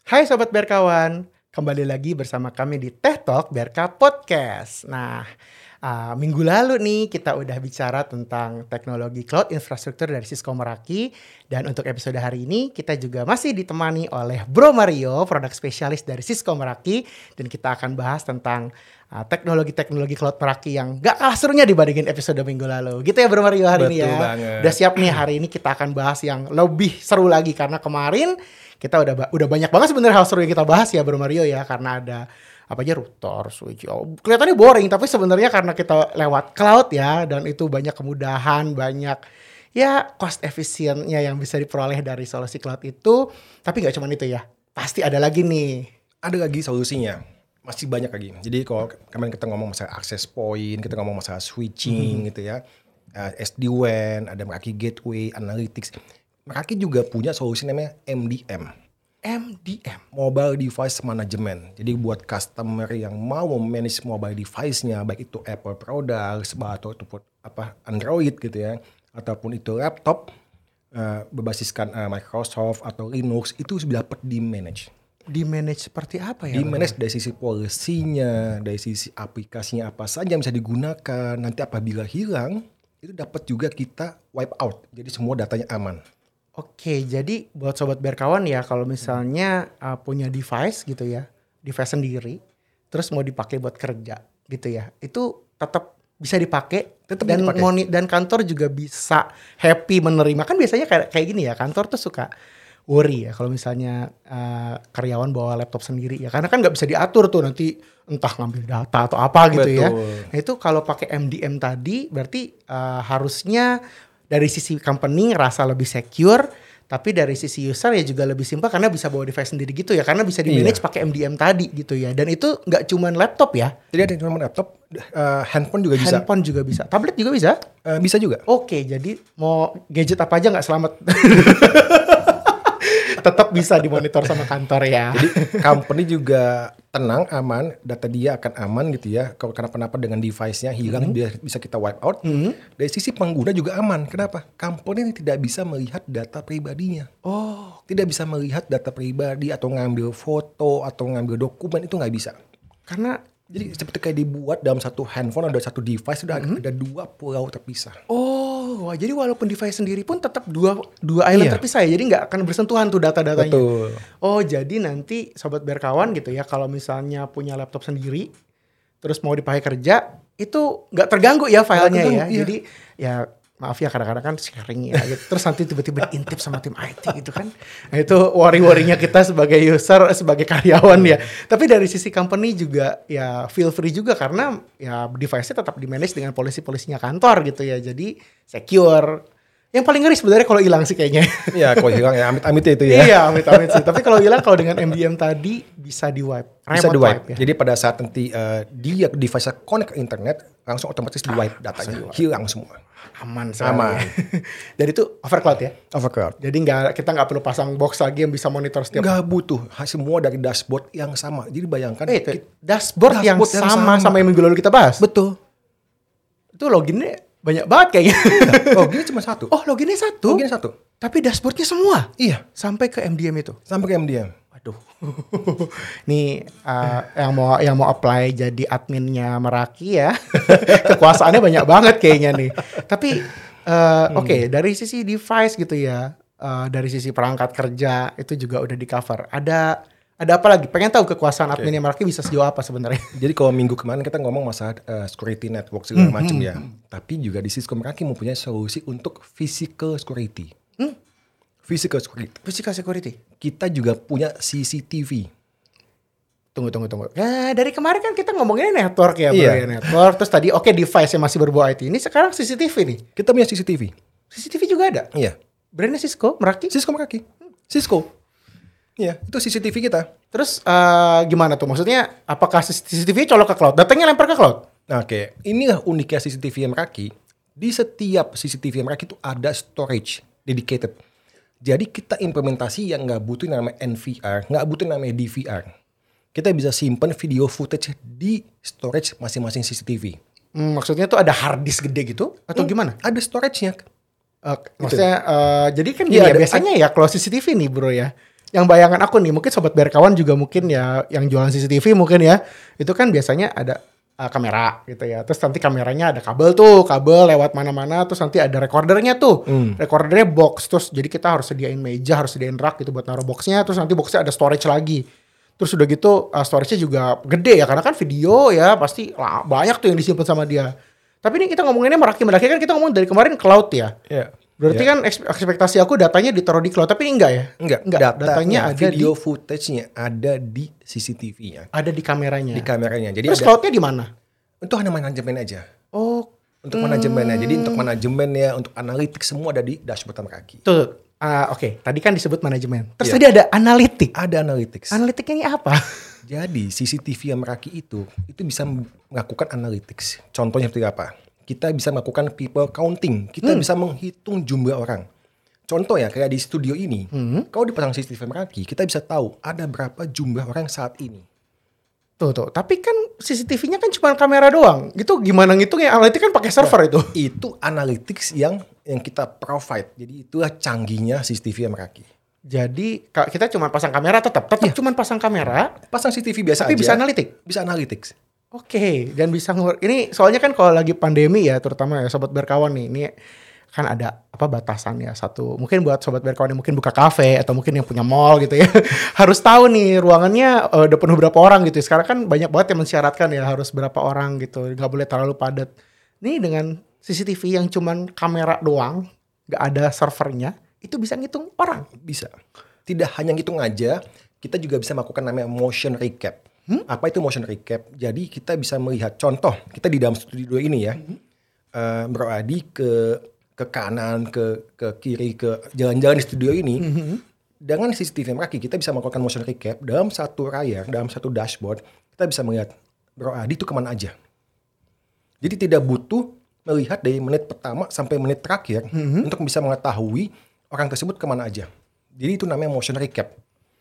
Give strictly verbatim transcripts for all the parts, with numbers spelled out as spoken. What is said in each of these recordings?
Hai Sobat Berkawan, kembali lagi bersama kami di Teh Talk Berka Podcast. Nah, uh, minggu lalu nih kita udah bicara tentang teknologi cloud infrastruktur dari Cisco Meraki. Dan untuk episode hari ini kita juga masih ditemani oleh Bro Mario, produk spesialis dari Cisco Meraki. Dan kita akan bahas tentang uh, teknologi-teknologi cloud Meraki yang gak kalah serunya dibandingin episode minggu lalu. Gitu ya Bro Mario hari Betul ini ya. banget. Udah siap nih, hari ini kita akan bahas yang lebih seru lagi. Karena kemarin kita udah udah banyak banget sebenarnya hal seru yang kita bahas ya Bro Mario ya, karena ada apa aja router, switch. Oh, kelihatannya boring tapi sebenarnya karena kita lewat cloud ya, dan itu banyak kemudahan, banyak ya cost efisiennya yang bisa diperoleh dari solusi cloud itu. Tapi nggak cuma itu ya, pasti ada lagi nih. Ada lagi solusinya, masih banyak lagi. Jadi kalau kemarin kita ngomong masalah access point, kita ngomong masalah switching hmm. gitu ya, uh, S D W A N, ada Meraki Gateway, Analytics. Meraki juga punya solusi namanya M D M. M D M, Mobile Device Management. Jadi buat customer yang mau manage mobile device-nya, baik itu Apple products atau itu apa Android gitu ya, ataupun itu laptop uh, berbasiskan uh, Microsoft atau Linux, itu sudah dapat di manage. Di manage seperti apa ya? Di manage dari sisi policy-nya, dari sisi aplikasinya apa saja yang bisa digunakan. Nanti apabila hilang, itu dapat juga kita wipe out. Jadi semua datanya aman. Oke, jadi buat Sobat Berkawan ya, kalau misalnya uh, punya device gitu ya, device sendiri, terus mau dipakai buat kerja gitu ya, itu tetap bisa dipakai, tetap dan dipakai. Moni, dan kantor juga bisa happy menerima. Kan biasanya kayak kayak gini ya, kantor tuh suka worry ya kalau misalnya uh, karyawan bawa laptop sendiri ya, karena kan nggak bisa diatur tuh nanti entah ngambil data atau apa gitu. Betul. Ya. Nah itu kalau pakai M D M tadi berarti uh, harusnya dari sisi company ngerasa lebih secure, tapi dari sisi user ya juga lebih simpel karena bisa bawa device sendiri gitu ya, karena bisa di manage iya. pakai M D M tadi gitu ya. Dan itu nggak cuma laptop ya. Jadi ada cuma laptop, uh, handphone juga bisa. Handphone juga bisa, tablet juga bisa. Uh, bisa juga. Oke, jadi mau gadget apa aja nggak selamat. Tetap bisa dimonitor sama kantor ya. Jadi company juga tenang, aman, data dia akan aman gitu ya. Kalau kenapa-napa dengan device-nya hilang, mm-hmm. dia bisa kita wipe out. Mm-hmm. Dari sisi pengguna juga aman. Kenapa? Company tidak bisa melihat data pribadinya. Oh, tidak bisa melihat data pribadi atau ngambil foto atau ngambil dokumen, itu nggak bisa. Karena jadi seperti kayak dibuat dalam satu handphone ada satu device, sudah mm-hmm. ada dua pulau terpisah. Oh, wah, jadi walaupun device sendiri pun tetap dua dua island iya. terpisah ya. Jadi nggak akan bersentuhan tuh data-datanya. Betul. Oh, jadi nanti Sobat Berkawan gitu ya, kalau misalnya punya laptop sendiri, terus mau dipakai kerja, itu nggak terganggu ya filenya ya. Iya. Jadi ya maaf ya kadang-kadang kan sharing ya gitu. Terus nanti tiba-tiba diintip sama tim I T gitu kan. Nah itu worry-worrynya kita sebagai user, sebagai karyawan ya. Tapi dari sisi company juga ya feel free juga, karena ya device-nya tetap di-manage dengan polisi-polisinya kantor gitu ya. Jadi secure. Yang paling ngeri sebenarnya kalau hilang sih kayaknya. Iya, kalau hilang ya amit-amit itu ya. Iya, amit-amit sih. Tapi kalau hilang, kalau dengan M D M tadi bisa di-wipe. Bisa di-wipe. Ya? Jadi pada saat nanti uh, dia device-nya connect ke internet, langsung otomatis di-wipe ah, datanya. Hilang semua. Aman sekali. Aman. Dan itu overcloud ya? Overcloud. Jadi nggak, kita nggak perlu pasang box lagi yang bisa monitor setiap. Nggak butuh. Semua dari dashboard yang sama. Jadi bayangkan. Eh, itu, dashboard, dashboard yang, yang sama, sama yang minggu lalu kita bahas? Betul. Itu loginnya banyak banget kayaknya. Loginnya cuma satu. Oh, loginnya satu? Loginnya satu. Tapi dashboardnya semua? Iya. Sampai ke M D M itu? Sampai ke M D M. Waduh. Nih uh, yang mau yang mau apply jadi adminnya Meraki ya. Kekuasaannya banyak banget kayaknya nih. Tapi uh, hmm. oke, okay, dari sisi device gitu ya, uh, dari sisi perangkat kerja itu juga udah di cover. Ada ada apa lagi? Pengen tahu kekuasaan okay. adminnya Meraki bisa sejauh apa sebenarnya? Jadi kalau minggu kemarin kita ngomong masalah uh, security network segala hmm, macam hmm. ya. Tapi juga di Cisco Meraki mempunyai solusi untuk physical security. Hmm? Physical security. Physical security. Kita juga punya C C T V. Tunggu, tunggu, tunggu. Nah, dari kemarin kan kita ngomongin network ya, bro. Iya. Ya, network. Terus tadi oke okay, device yang masih berbau I T. Ini sekarang C C T V nih. Kita punya C C T V. C C T V juga ada? Iya. Brandnya Cisco, Meraki? Cisco Meraki. Hmm. Cisco. Iya, itu C C T V kita. Terus uh, gimana tuh? Maksudnya apakah C C T V colok ke cloud? Datanya lempar ke cloud? Nah, oke. Okay. Inilah uniknya C C T V Meraki. Di setiap C C T V Meraki itu ada storage dedicated. Jadi kita implementasi yang nggak butuh namanya N V R, nggak butuh namanya D V R. Kita bisa simpan video footage di storage masing-masing C C T V. Hmm, maksudnya tuh ada hard disk gede gitu? Atau hmm, gimana? Ada storage-nya. Uh, maksudnya, uh, jadi kan gini ya, ya biasanya ya kalau C C T V nih bro ya. yang bayangan aku nih, mungkin sobat berkawan juga mungkin ya yang jualan C C T V mungkin ya, itu kan biasanya ada uh, kamera gitu ya. Terus nanti kameranya ada kabel tuh, kabel lewat mana-mana, terus nanti ada recordernya tuh. Hmm. Recordernya box, terus jadi kita harus sediain meja, harus sediain rak gitu buat naruh boxnya, terus nanti boxnya ada storage lagi. Terus udah gitu uh, storage-nya juga gede ya, karena kan video ya pasti lah, banyak tuh yang disimpan sama dia. Tapi ini kita ngomonginnya meraki-meraki kan kita ngomong dari kemarin cloud ya. Iya. Berarti yeah. kan ekspektasi aku datanya ditaruh di cloud, tapi ini enggak ya? Enggak. Enggak. Datanya, datanya ada video di, footage-nya ada di C C T V-nya. Ada di kameranya. Di kameranya. Jadi terus cloud-nya di mana? Untuk hanya manajemen aja. Oh. Untuk hmm. manajemennya. Jadi untuk manajemennya, untuk analitik semua ada di dashboard Meraki. Tuh. Uh, Oke, okay. Tadi kan disebut manajemen. Terus yeah. tadi ada analitik. Ada analytics. Analitiknya ini apa? Jadi C C T V yang Meraki itu, itu bisa melakukan analytics. Contohnya seperti apa? Kita bisa melakukan people counting. Kita hmm. bisa menghitung jumlah orang. Contoh ya, kayak di studio ini. Hmm. Kalau dipasang C C T V Meraki, kita bisa tahu ada berapa jumlah orang saat ini. Tuh, tuh. Tapi kan C C T V-nya kan cuma kamera doang. Gitu gimana ngitungnya? Analitik kan pakai server nah, itu. Itu analytics yang yang kita provide. Jadi itulah canggihnya C C T V Meraki. Jadi kita cuma pasang kamera tetap, tetap yeah. cuma pasang kamera, pasang C C T V biasa tapi aja. bisa analitik, bisa analytics. Oke, okay. Dan bisa ngur. Ini soalnya kan kalau lagi pandemi ya, terutama ya sobat berkawan nih, ini kan ada apa batasan ya satu. Mungkin buat sobat berkawan yang mungkin buka kafe atau mungkin yang punya mall gitu ya, harus tahu nih ruangannya uh, udah penuh berapa orang gitu. Sekarang kan banyak banget yang mensyaratkan ya harus berapa orang gitu, nggak boleh terlalu padat. Nih dengan C C T V yang cuman kamera doang, nggak ada servernya. Itu bisa ngitung orang? Bisa. Tidak hanya ngitung aja, kita juga bisa melakukan namanya motion recap. Hmm? Apa itu motion recap? Jadi kita bisa melihat contoh, kita di dalam studio ini ya, hmm. uh, Bro Adi ke ke kanan, ke ke kiri, ke jalan-jalan di studio ini. Hmm. Dengan C C T V Meraki kita bisa melakukan motion recap dalam satu layar, dalam satu dashboard, kita bisa melihat Bro Adi itu kemana aja. Jadi tidak butuh melihat dari menit pertama sampai menit terakhir hmm. untuk bisa mengetahui orang tersebut kemana aja. Jadi itu namanya motion recap.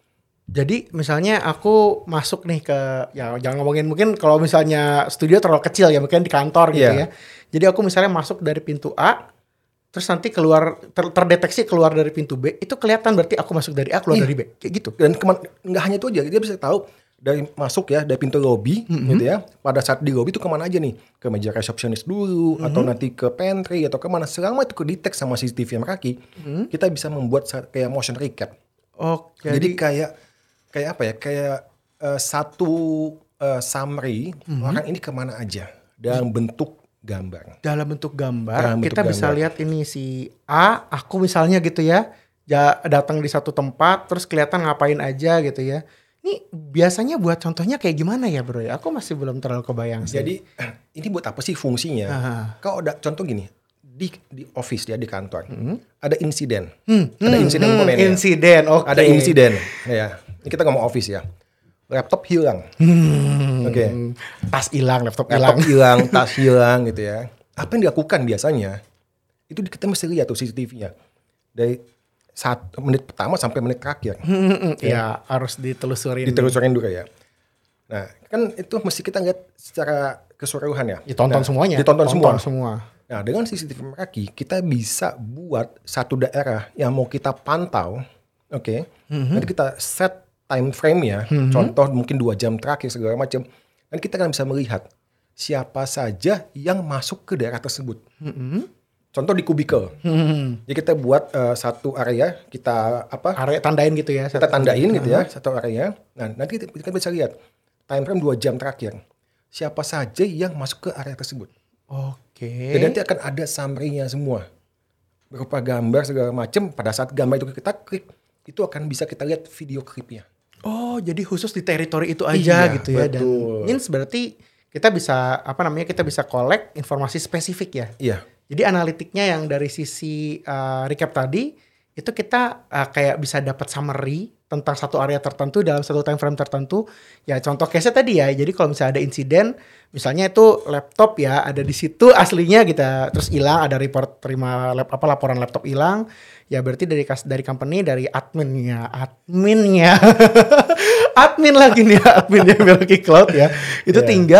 Jadi misalnya aku masuk nih ke, ya jangan ngomongin mungkin kalau misalnya studio terlalu kecil ya, mungkin di kantor gitu yeah. ya. Jadi aku misalnya masuk dari pintu A, terus nanti keluar, ter, terdeteksi keluar dari pintu B, itu kelihatan berarti aku masuk dari A, keluar yeah. dari B. Kayak gitu. Dan kema- nggak hanya itu aja, dia bisa tahu dari masuk ya, dari pintu lobby mm-hmm. gitu ya. Pada saat di lobby itu kemana aja nih? Ke meja resepsionis dulu, mm-hmm. atau nanti ke pantry, atau kemana. Selama itu kedetek sama C C T V Meraki, mm-hmm. kita bisa membuat kayak motion recap. Oh, jadi, jadi kayak kayak apa ya? Kayak uh, satu uh, summary mm-hmm. orang ini kemana aja dalam bentuk gambar. Dalam bentuk gambar, dalam bentuk kita gambar. Bisa lihat ini si A, aku misalnya gitu ya, datang di satu tempat, terus kelihatan ngapain aja gitu ya. Ini biasanya buat contohnya kayak gimana ya bro ya? Aku masih belum terlalu kebayang sih. Jadi ini buat apa sih fungsinya? Kalau ada contoh gini, di di office ya, di kantor, hmm. ada insiden, hmm. ada insiden hmm. momennya. Insiden, oke. Okay. Ada insiden, ya. Ini kita ngomong office ya. Laptop hilang, hmm. oke. Okay. Tas hilang, laptop hilang, laptop hilang, tas hilang gitu ya. Apa yang dilakukan biasanya? Itu kita mesti lihat tuh C C T V-nya dari satu menit pertama sampai menit terakhir. Hmm, ya. ya harus ditelusurin. Ditelusurin dulu ya. Nah kan itu mesti kita lihat secara keseluruhan ya. Ditonton nah, semuanya. Ditonton Tonton semua. semua. Nah dengan C C T V Meraki kita bisa buat satu daerah yang mau kita pantau. Oke. Okay? Mm-hmm. Nanti kita set time frame-nya. Mm-hmm. Contoh mungkin dua jam terakhir segala macam. Dan kita kan bisa melihat siapa saja yang masuk ke daerah tersebut. Mm-hmm. Contoh di kubikel, hmm. jadi kita buat uh, satu area, kita apa? Area tandain gitu ya? Kita tandain uh-huh. gitu ya, satu area. Nah nanti kita, kita bisa lihat time frame dua jam terakhir, siapa saja yang masuk ke area tersebut. Oke. Okay. Dan nanti akan ada summary-nya semua, berupa gambar segala macam. Pada saat gambar itu kita klik, itu akan bisa kita lihat video klipnya. Oh, jadi khusus di teritori itu aja iya, gitu ya? Betul. Dan means berarti kita bisa apa namanya? Kita bisa collect informasi spesifik ya? Iya. Jadi analitiknya yang dari sisi uh, recap tadi itu kita uh, kayak bisa dapat summary tentang satu area tertentu dalam satu time frame tertentu. Ya contoh case tadi ya. Jadi kalau misalnya ada insiden, misalnya itu laptop ya ada di situ aslinya kita terus hilang, ada report terima lap, apa laporan laptop hilang. Ya berarti dari dari company, dari adminnya, adminnya, admin lagi nih, adminnya Meraki Cloud ya. Itu yeah. tinggal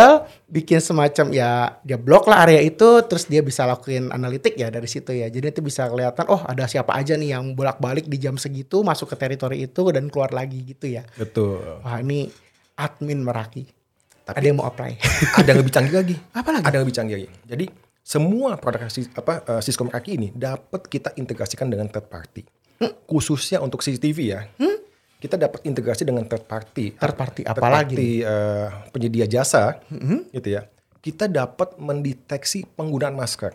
bikin semacam ya dia blok lah area itu, terus dia bisa lakuin analitik ya dari situ ya. Jadi itu bisa kelihatan oh ada siapa aja nih yang bolak-balik di jam segitu masuk ke teritori itu dan keluar lagi gitu ya. Betul. Wah ini admin Meraki. Tapi ada yang mau apply. Ada yang lebih canggih lagi. Apa lagi? Ada yang lebih canggih lagi. Jadi semua produk apa uh, Cisco Meraki ini dapat kita integrasikan dengan third party. Hmm? Khususnya untuk C C T V ya. Hmm? Kita dapat integrasi dengan third party. Third party third apalagi? Party uh, penyedia jasa, mm-hmm. gitu ya. Kita dapat mendeteksi penggunaan masker.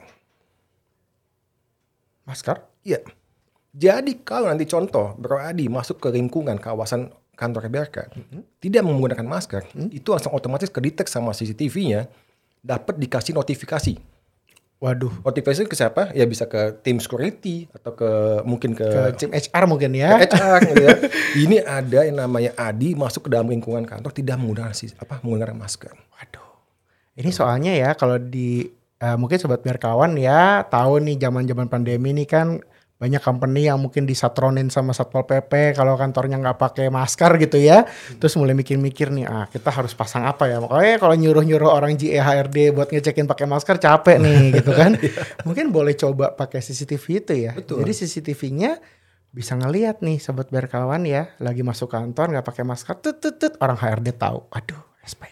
Masker? Iya. Jadi kalau nanti contoh Bro Adi masuk ke lingkungan kawasan kantor B R K, mm-hmm. tidak menggunakan masker, mm-hmm. itu langsung otomatis kedetek sama C C T V-nya, dapat dikasih notifikasi. Waduh. Notifikasi ke siapa? Ya bisa ke tim security atau ke mungkin ke, ke tim H R mungkin ya. Ke H R gitu ya. Ini ada yang namanya Adi masuk ke dalam lingkungan kantor tidak menggunakan apa menggunakan masker. Waduh. Ini soalnya ya kalau di uh, mungkin sobat biarkawan ya tahu nih zaman-zaman pandemi ini kan banyak company yang mungkin disatronin sama Satpol P P kalau kantornya nggak pakai masker gitu ya. Hmm. Terus mulai mikir-mikir nih, ah kita harus pasang apa ya? Makanya kalau nyuruh-nyuruh orang G E H R D buat ngecekin pakai masker capek nih gitu kan. Mungkin boleh coba pakai C C T V itu ya. Betul. Jadi C C T V-nya bisa ngelihat nih sobat berkawan ya, lagi masuk kantor nggak pakai masker, tut tut tut orang H R D tahu. Aduh, S P.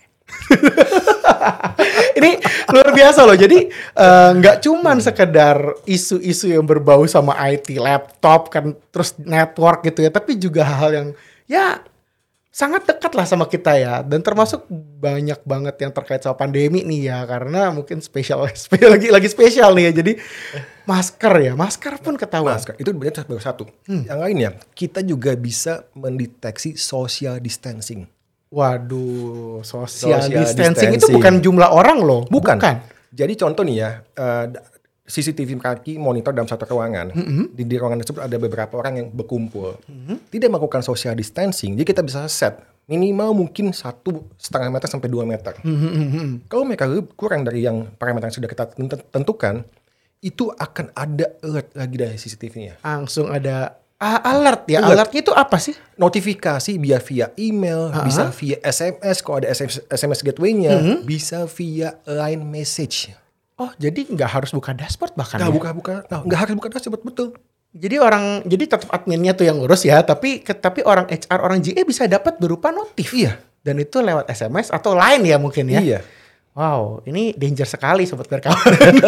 Ini luar biasa loh. Jadi nggak uh, cuman sekedar isu-isu yang berbau sama I T, laptop kan, terus network gitu ya, tapi juga hal-hal yang ya sangat dekat lah sama kita ya. Dan termasuk banyak banget yang terkait sama pandemi nih ya, karena mungkin spesial, spesial lagi lagi spesial nih ya. Jadi masker ya, masker pun ketahuan. Masker itu berarti baru satu. Hmm. Yang lainnya kita juga bisa mendeteksi social distancing. Waduh, social, social distancing, distancing itu bukan jumlah orang loh. Bukan. bukan. Jadi contoh nih ya, uh, C C T V kaki monitor dalam satu ruangan. Mm-hmm. Di, di ruangan tersebut ada beberapa orang yang berkumpul. Mm-hmm. Tidak melakukan social distancing, jadi kita bisa set minimal mungkin satu setengah meter sampai dua meter. Mm-hmm. Kalau mereka kurang dari yang parameter yang sudah kita tentukan, itu akan ada alert lagi dari C C T V-nya. Langsung ada Ah, alert ya, alert. Alertnya itu apa sih? Notifikasi via via email, uh-huh. bisa via S M S kalau ada S M S, S M S gateway-nya, uh-huh. bisa via line message. Oh, jadi nggak harus buka dashboard bahkan? Nggak ya? buka buka, nggak harus buka dashboard, betul. Jadi orang, jadi tetap adminnya tuh yang ngurus ya, tapi tapi orang H R, orang G E bisa dapat berupa notif. Iya. Dan itu lewat S M S atau line ya mungkin ya. Iya. Wow, ini danger sekali sobat berkawan.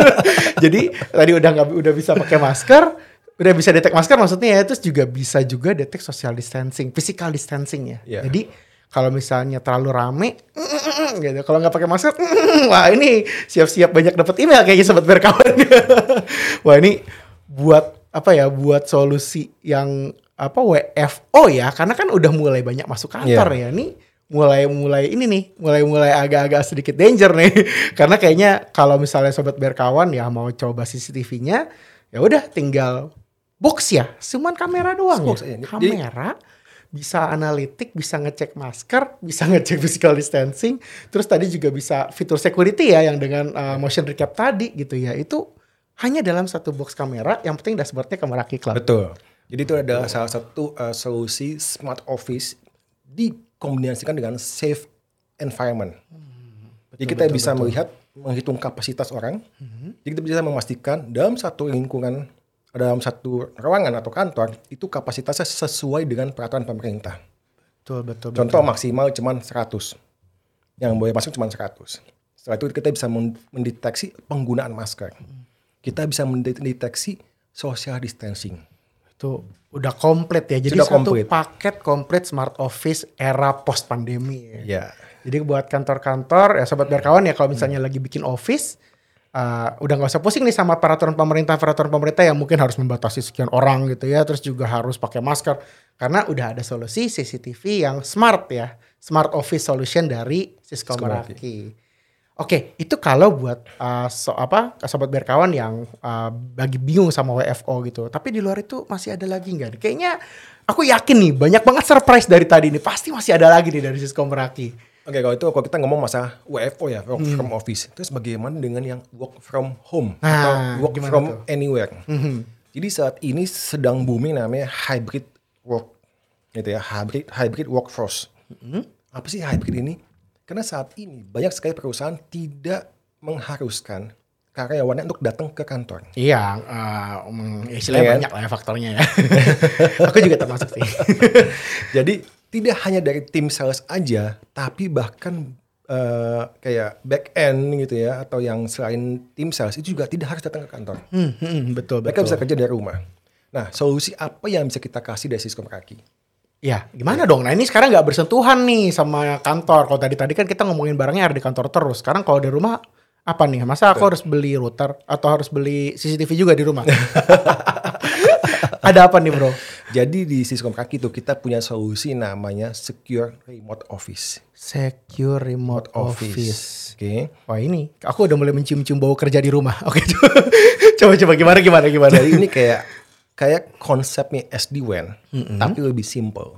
Jadi tadi udah nggak udah bisa pakai masker. Udah bisa detek masker maksudnya ya, terus juga bisa juga detek social distancing, physical distancing ya. Yeah. Jadi kalau misalnya terlalu rame, gitu. Kalau nggak pakai masker, wah ini siap-siap banyak dapat email kayaknya sobat berkawan. Wah ini buat apa ya? Buat solusi yang apa W F O ya, karena kan udah mulai banyak masuk kantor yeah. ya. Nih mulai-mulai ini nih, mulai-mulai agak-agak sedikit danger nih. Karena kayaknya kalau misalnya sobat berkawan ya mau coba C C T V-nya, ya udah tinggal box ya, cuman kamera doang box, ya. Kamera jadi, bisa analitik, bisa ngecek masker, bisa ngecek physical distancing, terus tadi juga bisa fitur security ya yang dengan uh, motion recap tadi gitu ya. Itu hanya dalam satu box kamera, yang penting dashboardnya ke Meraki Cloud. Betul. Jadi itu adalah salah satu uh, solusi smart office dikombinasikan dengan safe environment. Hmm, betul, jadi kita betul, bisa betul. melihat, menghitung kapasitas orang. Hmm. Jadi kita bisa memastikan dalam satu lingkungan, dalam satu ruangan atau kantor itu kapasitasnya sesuai dengan peraturan pemerintah. Betul, betul. Contoh betul. maksimal cuma seratus. Yang boleh masuk cuma seratus. Setelah itu kita bisa mendeteksi penggunaan masker. Kita bisa mendeteksi social distancing. Itu udah komplit ya. Jadi Sudah satu komplit. paket komplit smart office era post pandemi. Ya. Ya. Jadi buat kantor-kantor ya sobat berkawan ya kalau misalnya hmm. lagi bikin office, Uh, udah gak usah pusing nih sama peraturan pemerintah peraturan pemerintah yang mungkin harus membatasi sekian orang gitu ya, terus juga harus pakai masker karena udah ada solusi C C T V yang smart ya, smart office solution dari Cisco Meraki. Oke, itu kalau buat uh, so, apa sobat berkawan yang uh, lagi bingung sama W F O gitu. Tapi di luar itu masih ada lagi nggak? Kayaknya aku yakin nih banyak banget surprise dari tadi nih, pasti masih ada lagi nih dari Cisco Meraki. Oke, kalau itu kalau kita ngomong masalah W F O ya, work hmm. from office. Terus bagaimana dengan yang work from home nah, atau work from tuh? anywhere? Mm-hmm. Jadi saat ini sedang booming namanya hybrid work, gitu ya, hybrid hybrid workforce. Mm-hmm. Apa sih hybrid ini? Karena saat ini banyak sekali perusahaan tidak mengharuskan karyawannya untuk datang ke kantor. Iya, uh, um, istilahnya Iya kan? banyak lah ya faktornya ya. Aku juga termasuk sih. Jadi tidak hanya dari tim sales aja, tapi bahkan uh, kayak back end gitu ya, atau yang selain tim sales itu juga tidak harus datang ke kantor. Hmm, hmm, betul, Mereka betul. bisa kerja dari rumah. Nah, solusi apa yang bisa kita kasih dari Siskom Kaki? Ya, gimana dong? Nah ini sekarang nggak bersentuhan nih sama kantor. Kalau tadi-tadi kan kita ngomongin barangnya ada di kantor terus. Sekarang kalau di rumah apa nih? Masa aku harus beli router atau harus beli C C T V juga di rumah? Ada apa nih bro? Jadi di Siskom Kaki tuh kita punya solusi namanya Secure Remote Office. Secure Remote Office. Oke. Wah ini, aku udah mulai mencium-cium bau kerja di rumah. Oke, coba-coba gimana gimana gimana. Jadi ini kayak kayak konsepnya S D WAN, mm-hmm. tapi lebih simple.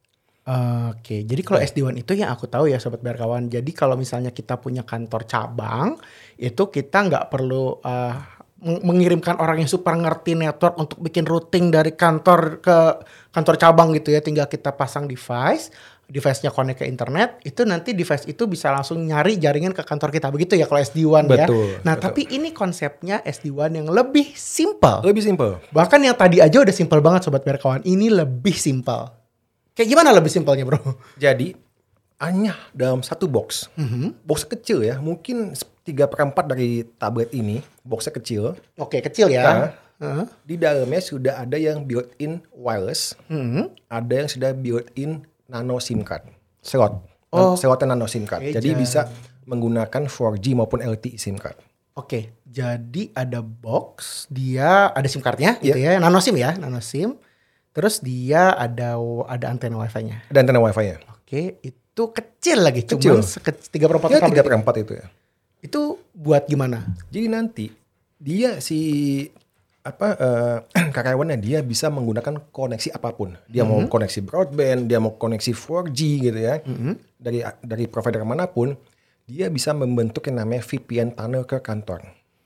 Oke, jadi kalau S D WAN itu yang aku tahu ya sobat berkawan. Jadi kalau misalnya kita punya kantor cabang, itu kita nggak perlu uh, mengirimkan orang yang super ngerti network untuk bikin routing dari kantor ke kantor cabang gitu ya. Tinggal kita pasang device, device-nya connect ke internet, itu nanti device itu bisa langsung nyari jaringan ke kantor kita. Begitu ya kalau S D WAN ya. Betul, Nah, betul. tapi ini konsepnya S D WAN yang lebih simple. Lebih simple. Bahkan yang tadi aja udah simple banget sobat berkawan. Ini lebih simple. Kayak gimana lebih simpelnya bro? Jadi hanya dalam satu box. Mm-hmm. Box kecil ya, mungkin tiga per empat dari tablet ini, boxnya kecil. Oke, kecil ya. Nah, uh-huh. Di dalamnya sudah ada yang built-in wireless, Mm-hmm. ada yang sudah built-in nano SIM card, slot. Oh. Slotnya nano SIM card. Eja. Jadi bisa menggunakan four G maupun L T E SIM card. Oke, jadi ada box, dia ada SIM cardnya gitu Yeah. ya, nano SIM ya, nano SIM. Terus dia ada ada antena wifi-nya. Dan antena wifi-nya. Oke, itu kecil lagi, Kecil. cuman tiga per empat Ya tiga per empat itu ya. Itu buat gimana? Jadi nanti dia si apa uh, karyawannya dia bisa menggunakan koneksi apapun. Dia mm-hmm. mau koneksi broadband, dia mau koneksi four G gitu ya. Mm-hmm. Dari dari provider manapun, dia bisa membentuk yang namanya V P N tunnel ke kantor.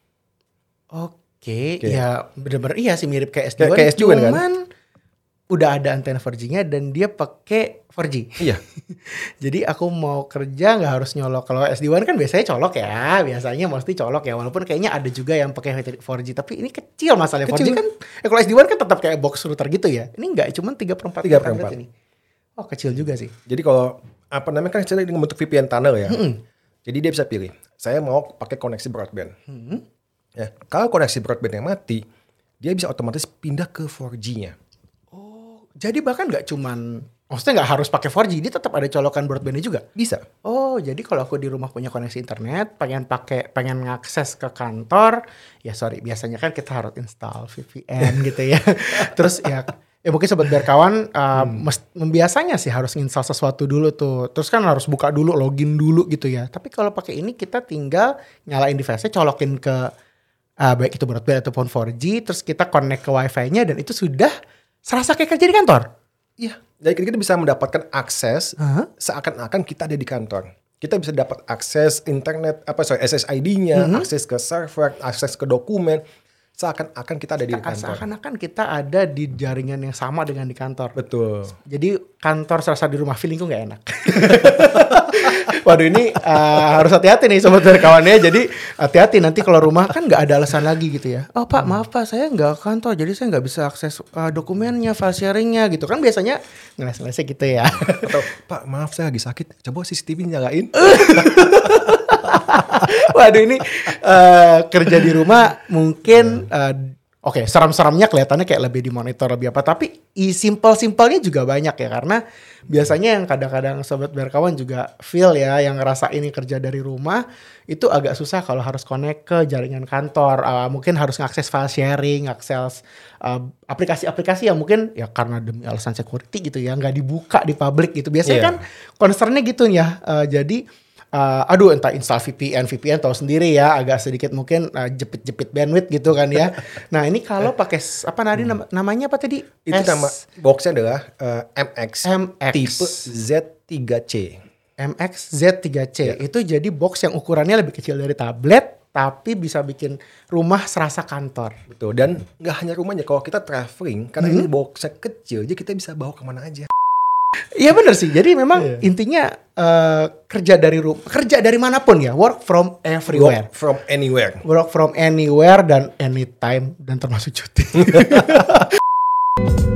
Oke, Oke. ya bener-bener iya sih mirip kayak S D WAN, Kayak- kayak S D WAN kan? cuman udah ada antena four G-nya dan dia pakai four G. Iya. Jadi aku mau kerja nggak harus nyolok. Kalau S D WAN kan biasanya colok ya, biasanya mesti colok ya. Walaupun kayaknya ada juga yang pakai four G, tapi ini kecil masalahnya. four G Kecil. kan, eh kalau S D WAN kan tetap kayak box router gitu ya. Ini nggak, cuman tiga per empat. tiga per empat. Ini. Oh kecil juga sih. Jadi kalau apa namanya kan saya membentuk V P N tunnel ya. Mm-hmm. Jadi dia bisa pilih. Saya mau pakai koneksi broadband. Mm-hmm. Ya, kalau koneksi broadband yang mati, dia bisa otomatis pindah ke four G-nya. Jadi bahkan nggak cuman, maksudnya nggak harus pakai four G, dia tetap ada colokan broadband-nya juga. Bisa. Oh, jadi kalau aku di rumah punya koneksi internet, pengen pakai, pengen ngakses ke kantor, ya sorry, biasanya kan kita harus install V P N gitu ya. Terus ya, ya mungkin sobat berkawan, uh, Hmm. mest- biasanya sih harus nginstal sesuatu dulu tuh. Terus kan harus buka dulu, login dulu gitu ya. Tapi kalau pakai ini kita tinggal nyalain device-nya, colokin ke uh, baik itu broadband ataupun four G, terus kita connect ke wifi-nya dan itu sudah serasa kayak kerja di kantor. Iya. Jadi kita bisa mendapatkan akses Hah? seakan-akan kita ada di kantor. Kita bisa dapat akses internet, apa sorry, S S I D-nya, Mm-hmm. akses ke server, akses ke dokumen. Seakan-akan kita ada di kantor. Seakan-akan kita ada di jaringan yang sama dengan di kantor. Betul. Jadi kantor serasa di rumah, feelingku nggak enak. Waduh ini uh, harus hati-hati nih sobat berkawannya. Jadi hati-hati nanti kalau rumah kan nggak ada alasan lagi gitu ya. Oh pak maaf pak saya nggak ke kantor jadi saya nggak bisa akses uh, dokumennya, file sharingnya gitu kan biasanya ngeles-ngelesnya gitu ya. Atau Pak maaf saya lagi sakit, coba C C T V nyalain. Waduh ini uh, kerja di rumah mungkin uh, oke okay, seram-seramnya kelihatannya kayak lebih dimonitor lebih apa, tapi i simpel-simpelnya juga banyak ya karena biasanya yang kadang-kadang sobat berkawan juga feel ya yang ngerasa ini kerja dari rumah itu agak susah kalau harus connect ke jaringan kantor, uh, mungkin harus ngakses file sharing, akses uh, aplikasi-aplikasi yang mungkin ya karena demi alasan security gitu ya nggak dibuka di publik gitu biasanya Yeah. kan concernnya gitu ya, uh, jadi Uh, aduh entah install V P N, V P N tahu sendiri ya agak sedikit mungkin uh, jepit-jepit bandwidth gitu kan ya. Nah ini kalau pakai s- apa tadi nama, namanya apa tadi? Itu S- nama boxnya adalah uh, M X, M X. tipe Z tiga C. M X Z tiga C. Itu jadi box yang ukurannya lebih kecil dari tablet tapi bisa bikin rumah serasa kantor. Betul. Dan nggak hanya rumahnya, kalau kita traveling, karena ini boxnya kecil, jadi kita bisa bawa kemana aja. Iya bener sih. Jadi memang Iya. intinya uh, kerja dari rumah, kerja dari manapun ya, work from everywhere. Work from anywhere. Work from anywhere dan anytime dan termasuk cuti.